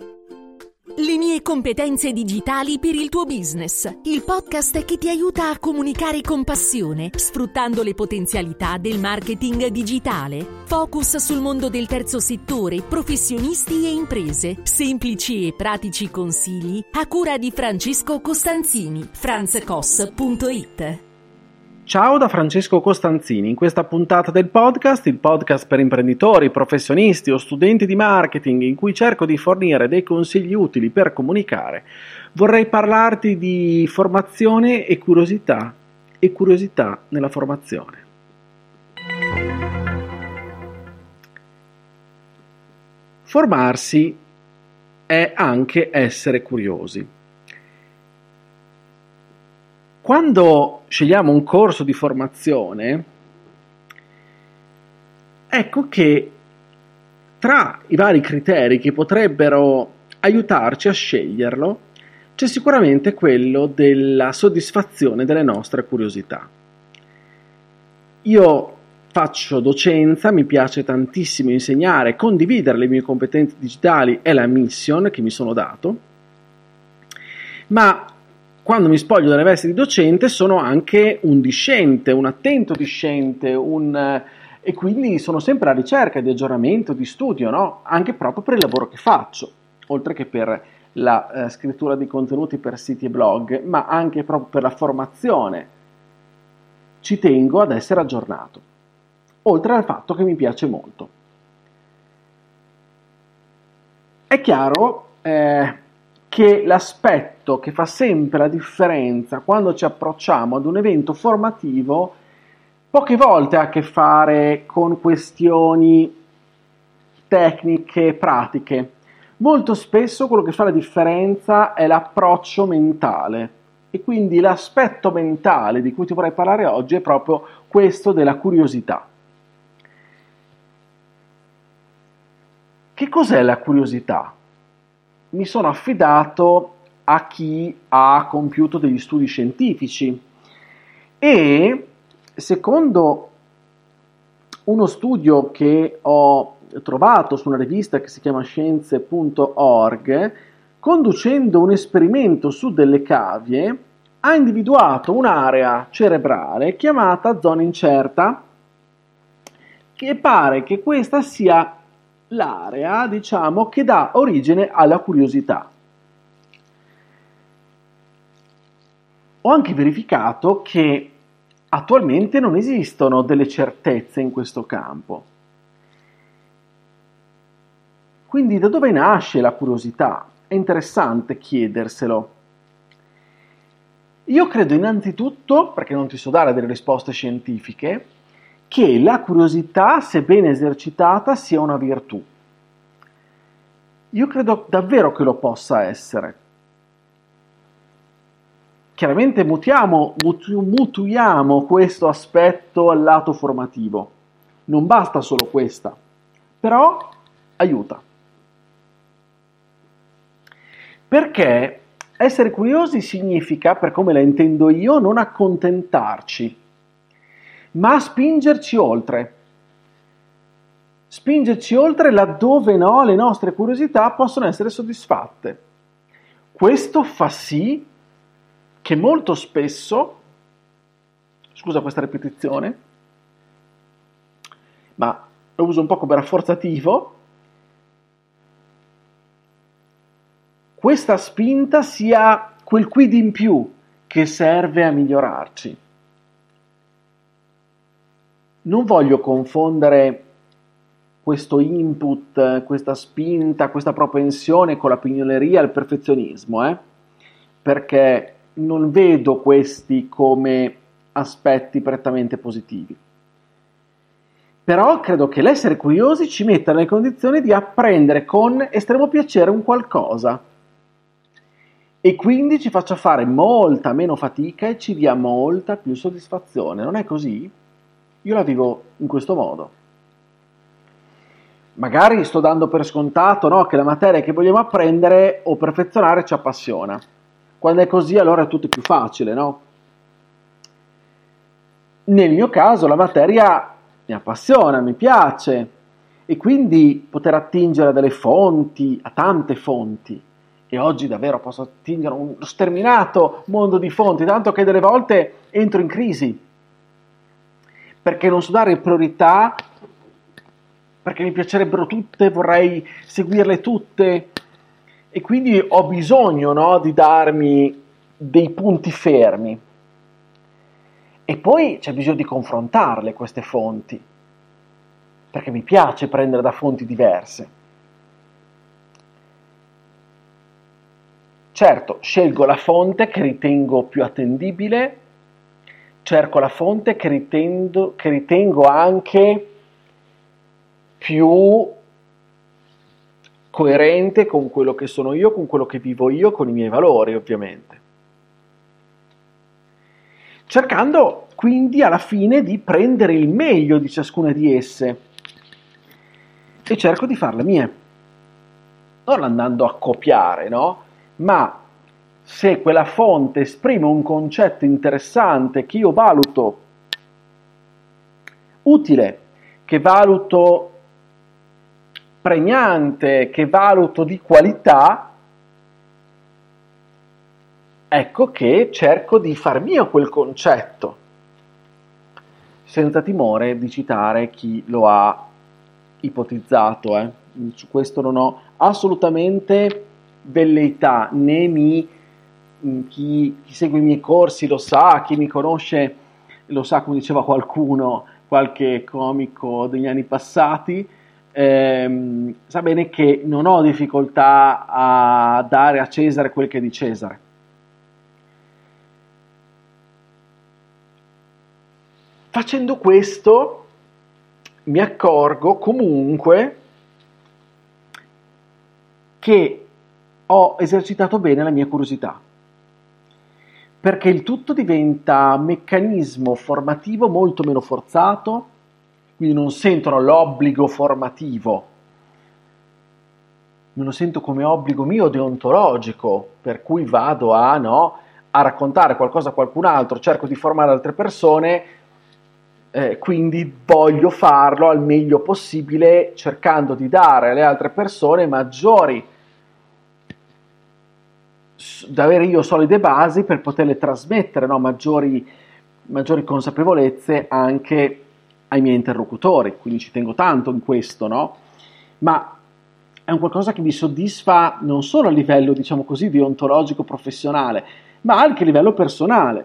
Le mie competenze digitali per il tuo business. Il podcast che ti aiuta a comunicare con passione, sfruttando le potenzialità del marketing digitale. Focus sul mondo del terzo settore, professionisti e imprese. Semplici e pratici consigli a cura di Francesco Costanzini. franzcos.it. Ciao da Francesco Costanzini. In questa puntata del podcast, il podcast per imprenditori, professionisti o studenti di marketing, in cui cerco di fornire dei consigli utili per comunicare, vorrei parlarti di formazione e curiosità nella formazione. Formarsi è anche essere curiosi. Quando scegliamo un corso di formazione, ecco che tra i vari criteri che potrebbero aiutarci a sceglierlo, c'è sicuramente quello della soddisfazione delle nostre curiosità. Io faccio docenza, mi piace tantissimo insegnare, condividere le mie competenze digitali è la mission che mi sono dato, ma quando mi spoglio dalle vesti di docente sono anche un discente, un attento discente, e quindi sono sempre alla ricerca di aggiornamento, di studio, no? Anche proprio per il lavoro che faccio, oltre che per la scrittura di contenuti per siti e blog, ma anche proprio per la formazione. Ci tengo ad essere aggiornato, oltre al fatto che mi piace molto. È chiaro che l'aspetto che fa sempre la differenza quando ci approcciamo ad un evento formativo poche volte ha a che fare con questioni tecniche, pratiche. Molto spesso quello che fa la differenza è l'approccio mentale e quindi l'aspetto mentale di cui ti vorrei parlare oggi è proprio questo della curiosità. Che cos'è la curiosità? Mi sono affidato a chi ha compiuto degli studi scientifici e secondo uno studio che ho trovato su una rivista che si chiama scienze.org, conducendo un esperimento su delle cavie, ha individuato un'area cerebrale chiamata zona incerta, che pare che questa sia l'area, diciamo, che dà origine alla curiosità. Ho anche verificato che attualmente non esistono delle certezze in questo campo. Quindi da dove nasce la curiosità? È interessante chiederselo. Io credo innanzitutto, perché non ti so dare delle risposte scientifiche, che la curiosità, se ben esercitata, sia una virtù. Io credo davvero che lo possa essere. Chiaramente mutuiamo questo aspetto al lato formativo. Non basta solo questa, però aiuta. Perché essere curiosi significa, per come la intendo io, non accontentarci, ma spingerci oltre. Spingerci oltre laddove no, le nostre curiosità possono essere soddisfatte. Questo fa sì che molto spesso, scusa questa ripetizione, ma lo uso un po' come rafforzativo, questa spinta sia quel quid in più che serve a migliorarci. Non voglio confondere questo input, questa spinta, questa propensione con la pignoleria e il perfezionismo, perché non vedo questi come aspetti prettamente positivi. Però credo che l'essere curiosi ci metta nelle condizioni di apprendere con estremo piacere un qualcosa e quindi ci faccia fare molta meno fatica e ci dia molta più soddisfazione. Non è così? Io la vivo in questo modo. Magari sto dando per scontato, no, che la materia che vogliamo apprendere o perfezionare ci appassiona. Quando è così allora è tutto più facile, no? Nel mio caso la materia mi appassiona, mi piace e quindi poter attingere a delle fonti, a tante fonti. E oggi davvero posso attingere a uno sterminato mondo di fonti, tanto che delle volte entro in crisi, perché non so dare priorità, perché mi piacerebbero tutte, vorrei seguirle tutte, e quindi ho bisogno, no, di darmi dei punti fermi. E poi c'è bisogno di confrontarle queste fonti, perché mi piace prendere da fonti diverse. Certo, scelgo la fonte che ritengo più attendibile, cerco la fonte che ritengo anche più coerente con quello che sono io, con quello che vivo io, con i miei valori, ovviamente. Cercando quindi alla fine di prendere il meglio di ciascuna di esse e cerco di farle mie, non andando a copiare, no? Ma se quella fonte esprime un concetto interessante che io valuto utile, che valuto pregnante, che valuto di qualità, ecco che cerco di far mio quel concetto, senza timore di citare chi lo ha ipotizzato. Su questo non ho assolutamente velleità, né chi segue i miei corsi lo sa, chi mi conosce lo sa, come diceva qualcuno, qualche comico degli anni passati, sa bene che non ho difficoltà a dare a Cesare quel che è di Cesare. Facendo questo mi accorgo comunque che ho esercitato bene la mia curiosità, perché il tutto diventa meccanismo formativo molto meno forzato, quindi non sentono l'obbligo formativo, non lo sento come obbligo mio deontologico, per cui vado a raccontare qualcosa a qualcun altro, cerco di formare altre persone, quindi voglio farlo al meglio possibile, cercando di dare alle altre persone maggiori, da avere io solide basi per poterle trasmettere, maggiori consapevolezze anche ai miei interlocutori, quindi ci tengo tanto in questo, no? Ma è un qualcosa che mi soddisfa non solo a livello, diciamo così, deontologico professionale, ma anche a livello personale.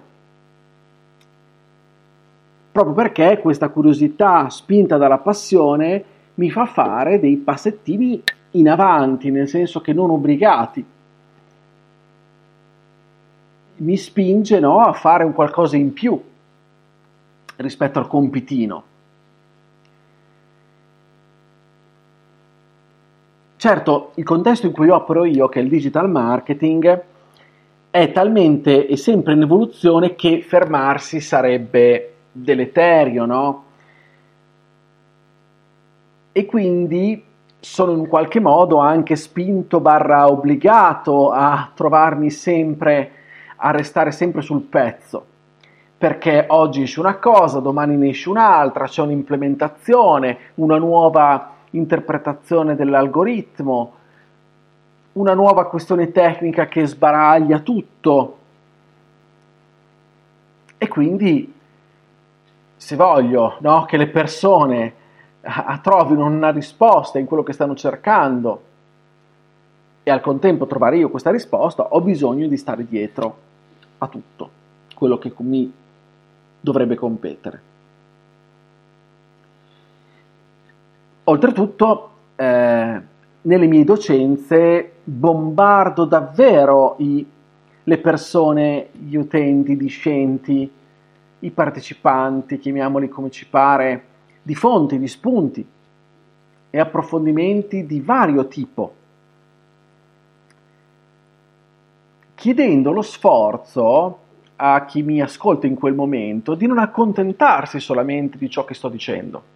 Proprio perché questa curiosità spinta dalla passione mi fa fare dei passettini in avanti, nel senso che non obbligati. Mi spinge, a fare un qualcosa in più rispetto al compitino. Certo, il contesto in cui opero io, che è il digital marketing, è sempre in evoluzione che fermarsi sarebbe deleterio, no? E quindi sono in qualche modo anche spinto / obbligato a trovarmi sempre, a restare sempre sul pezzo, perché oggi esce una cosa, domani ne esce un'altra, c'è un'implementazione, una nuova interpretazione dell'algoritmo, una nuova questione tecnica che sbaraglia tutto. E quindi, se voglio, che le persone trovino una risposta in quello che stanno cercando e al contempo trovare io questa risposta, ho bisogno di stare dietro a tutto quello che mi dovrebbe competere. Oltretutto, nelle mie docenze bombardo davvero le persone, gli utenti, i discenti, i partecipanti, chiamiamoli come ci pare, di fonti, di spunti e approfondimenti di vario tipo, chiedendo lo sforzo a chi mi ascolta in quel momento di non accontentarsi solamente di ciò che sto dicendo.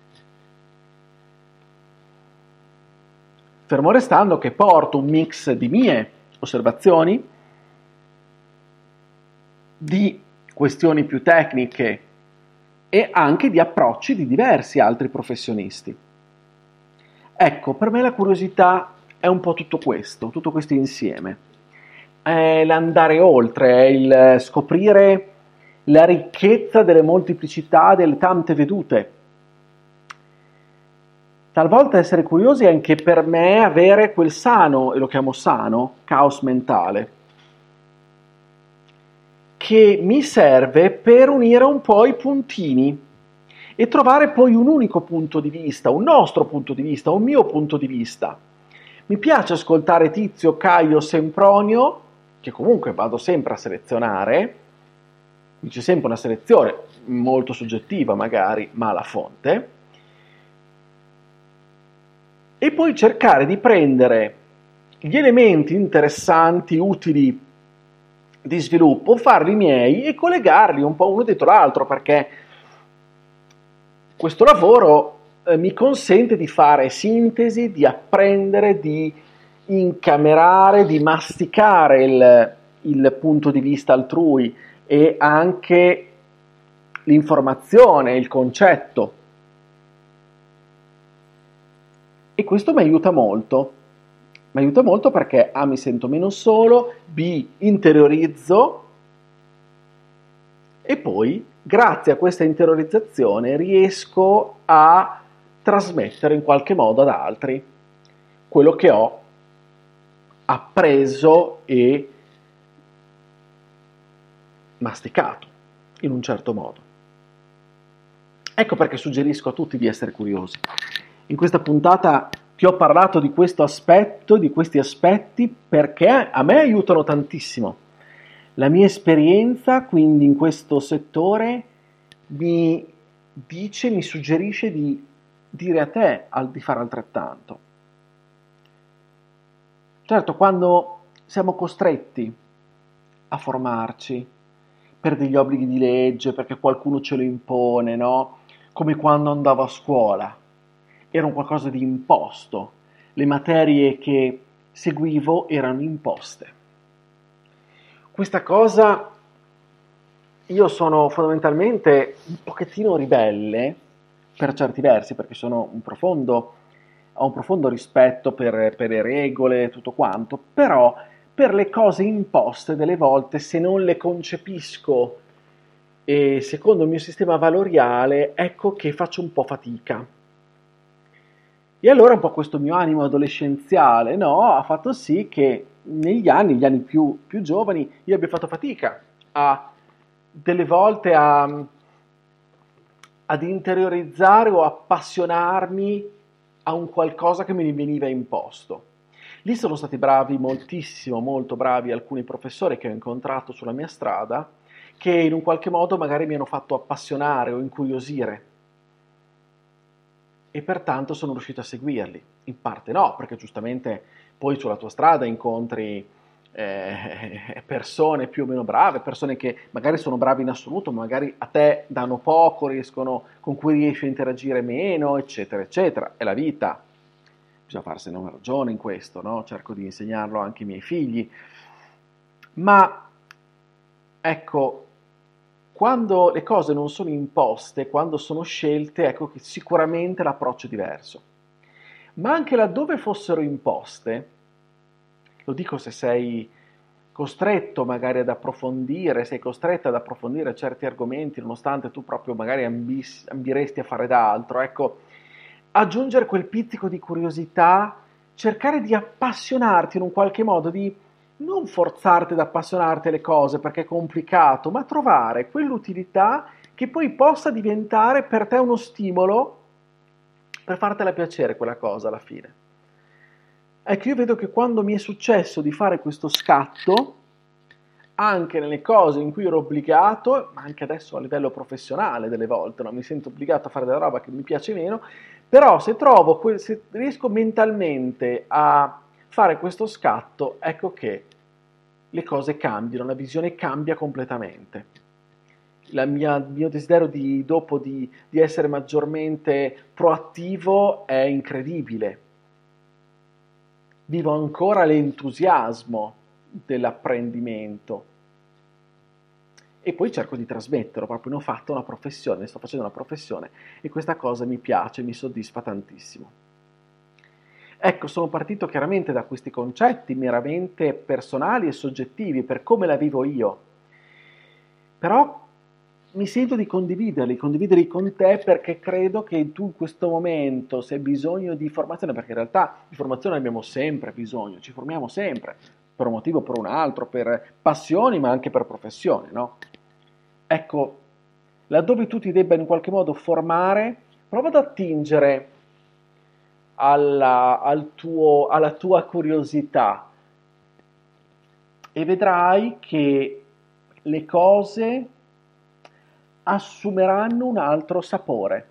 Fermo restando che porto un mix di mie osservazioni, di questioni più tecniche e anche di approcci di diversi altri professionisti. Ecco, per me la curiosità è un po' tutto questo insieme. È l'andare oltre, è il scoprire la ricchezza delle molteplicità, delle tante vedute. Talvolta essere curiosi è anche per me avere quel sano, e lo chiamo sano, caos mentale, che mi serve per unire un po' i puntini e trovare poi un unico punto di vista, un nostro punto di vista, un mio punto di vista. Mi piace ascoltare Tizio, Caio, Sempronio, che comunque vado sempre a selezionare, c'è sempre una selezione, molto soggettiva magari, ma alla fonte, e poi cercare di prendere gli elementi interessanti, utili di sviluppo, farli miei e collegarli un po' uno dietro l'altro, perché questo lavoro mi consente di fare sintesi, di apprendere, di incamerare, di masticare il punto di vista altrui e anche l'informazione, il concetto. E questo mi aiuta molto perché A, mi sento meno solo, B, interiorizzo e poi grazie a questa interiorizzazione riesco a trasmettere in qualche modo ad altri quello che ho appreso e masticato in un certo modo. Ecco perché suggerisco a tutti di essere curiosi. In questa puntata ti ho parlato di questo aspetto, di questi aspetti, perché a me aiutano tantissimo. La mia esperienza, quindi, in questo settore mi suggerisce di dire a te di fare altrettanto. Certo, quando siamo costretti a formarci per degli obblighi di legge, perché qualcuno ce lo impone, no? Come quando andavo a scuola, era un qualcosa di imposto, le materie che seguivo erano imposte. Questa cosa, io sono fondamentalmente un pochettino ribelle per certi versi, perché ho un profondo rispetto per le regole e tutto quanto, però per le cose imposte delle volte, se non le concepisco e secondo il mio sistema valoriale, ecco che faccio un po' fatica. E allora un po' questo mio animo adolescenziale, no, ha fatto sì che negli anni, gli anni più giovani, io abbia fatto fatica delle volte ad interiorizzare o appassionarmi a un qualcosa che mi veniva imposto. Lì sono stati bravi molto bravi alcuni professori che ho incontrato sulla mia strada, che in un qualche modo magari mi hanno fatto appassionare o incuriosire. E pertanto sono riuscito a seguirli. In parte no, perché giustamente poi sulla tua strada incontri persone più o meno brave, persone che magari sono brave in assoluto, ma magari a te danno poco, con cui riesci a interagire meno, eccetera, eccetera. È la vita. Bisogna farsene una ragione in questo, no? Cerco di insegnarlo anche ai miei figli. Ma ecco, quando le cose non sono imposte, quando sono scelte, ecco che sicuramente l'approccio è diverso. Ma anche laddove fossero imposte, lo dico se sei costretto magari ad approfondire, sei costretta ad approfondire certi argomenti, nonostante tu proprio magari ambiresti a fare d'altro, ecco, aggiungere quel pizzico di curiosità, cercare di appassionarti in un qualche modo, di non forzarti ad appassionarti alle cose perché è complicato, ma trovare quell'utilità che poi possa diventare per te uno stimolo per fartela piacere quella cosa alla fine. Ecco, io vedo che quando mi è successo di fare questo scatto, anche nelle cose in cui ero obbligato, ma anche adesso a livello professionale delle volte, no? Mi sento obbligato a fare della roba che mi piace meno, però se riesco mentalmente a fare questo scatto, ecco che le cose cambiano, la visione cambia completamente. Il mio desiderio di essere maggiormente proattivo è incredibile. Vivo ancora l'entusiasmo dell'apprendimento e poi cerco di trasmetterlo, proprio ne sto facendo una professione e questa cosa mi piace, mi soddisfa tantissimo. Ecco, sono partito chiaramente da questi concetti meramente personali e soggettivi per come la vivo io, però mi sento di condividerli con te perché credo che tu in questo momento, se hai bisogno di formazione, perché in realtà di formazione abbiamo sempre bisogno, ci formiamo sempre, per un motivo o per un altro, per passioni ma anche per professioni, no? Ecco, laddove tu ti debba in qualche modo formare, prova ad attingere alla tua curiosità e vedrai che le cose assumeranno un altro sapore.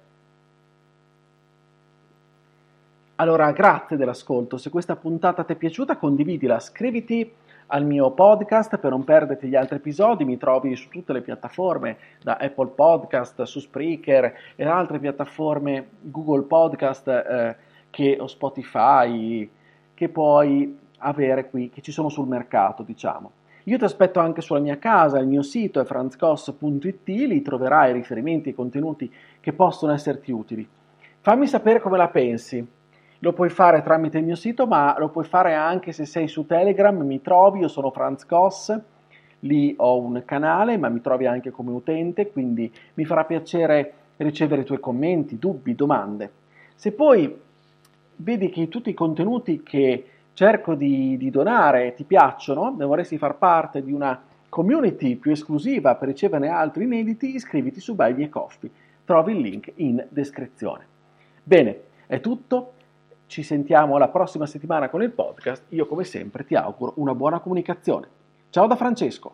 Allora, grazie dell'ascolto. Se questa puntata ti è piaciuta, condividila, iscriviti al mio podcast per non perderti gli altri episodi. Mi trovi su tutte le piattaforme, da Apple Podcast, su Spreaker e altre piattaforme, Google Podcast o Spotify, che puoi avere qui, che ci sono sul mercato, diciamo. Io ti aspetto anche sulla mia casa, il mio sito è franzcos.it, lì troverai riferimenti e contenuti che possono esserti utili. Fammi sapere come la pensi. Lo puoi fare tramite il mio sito, ma lo puoi fare anche se sei su Telegram, mi trovi, io sono Franz Cos, lì ho un canale, ma mi trovi anche come utente, quindi mi farà piacere ricevere i tuoi commenti, dubbi, domande. Se poi vedi che tutti i contenuti che cerco di donare ti piacciono e vorresti far parte di una community più esclusiva per riceverne altri inediti, iscriviti su Buy Me a Coffee. Trovi il link in descrizione. Bene, è tutto. Ci sentiamo la prossima settimana con il podcast. Io come sempre ti auguro una buona comunicazione. Ciao da Francesco.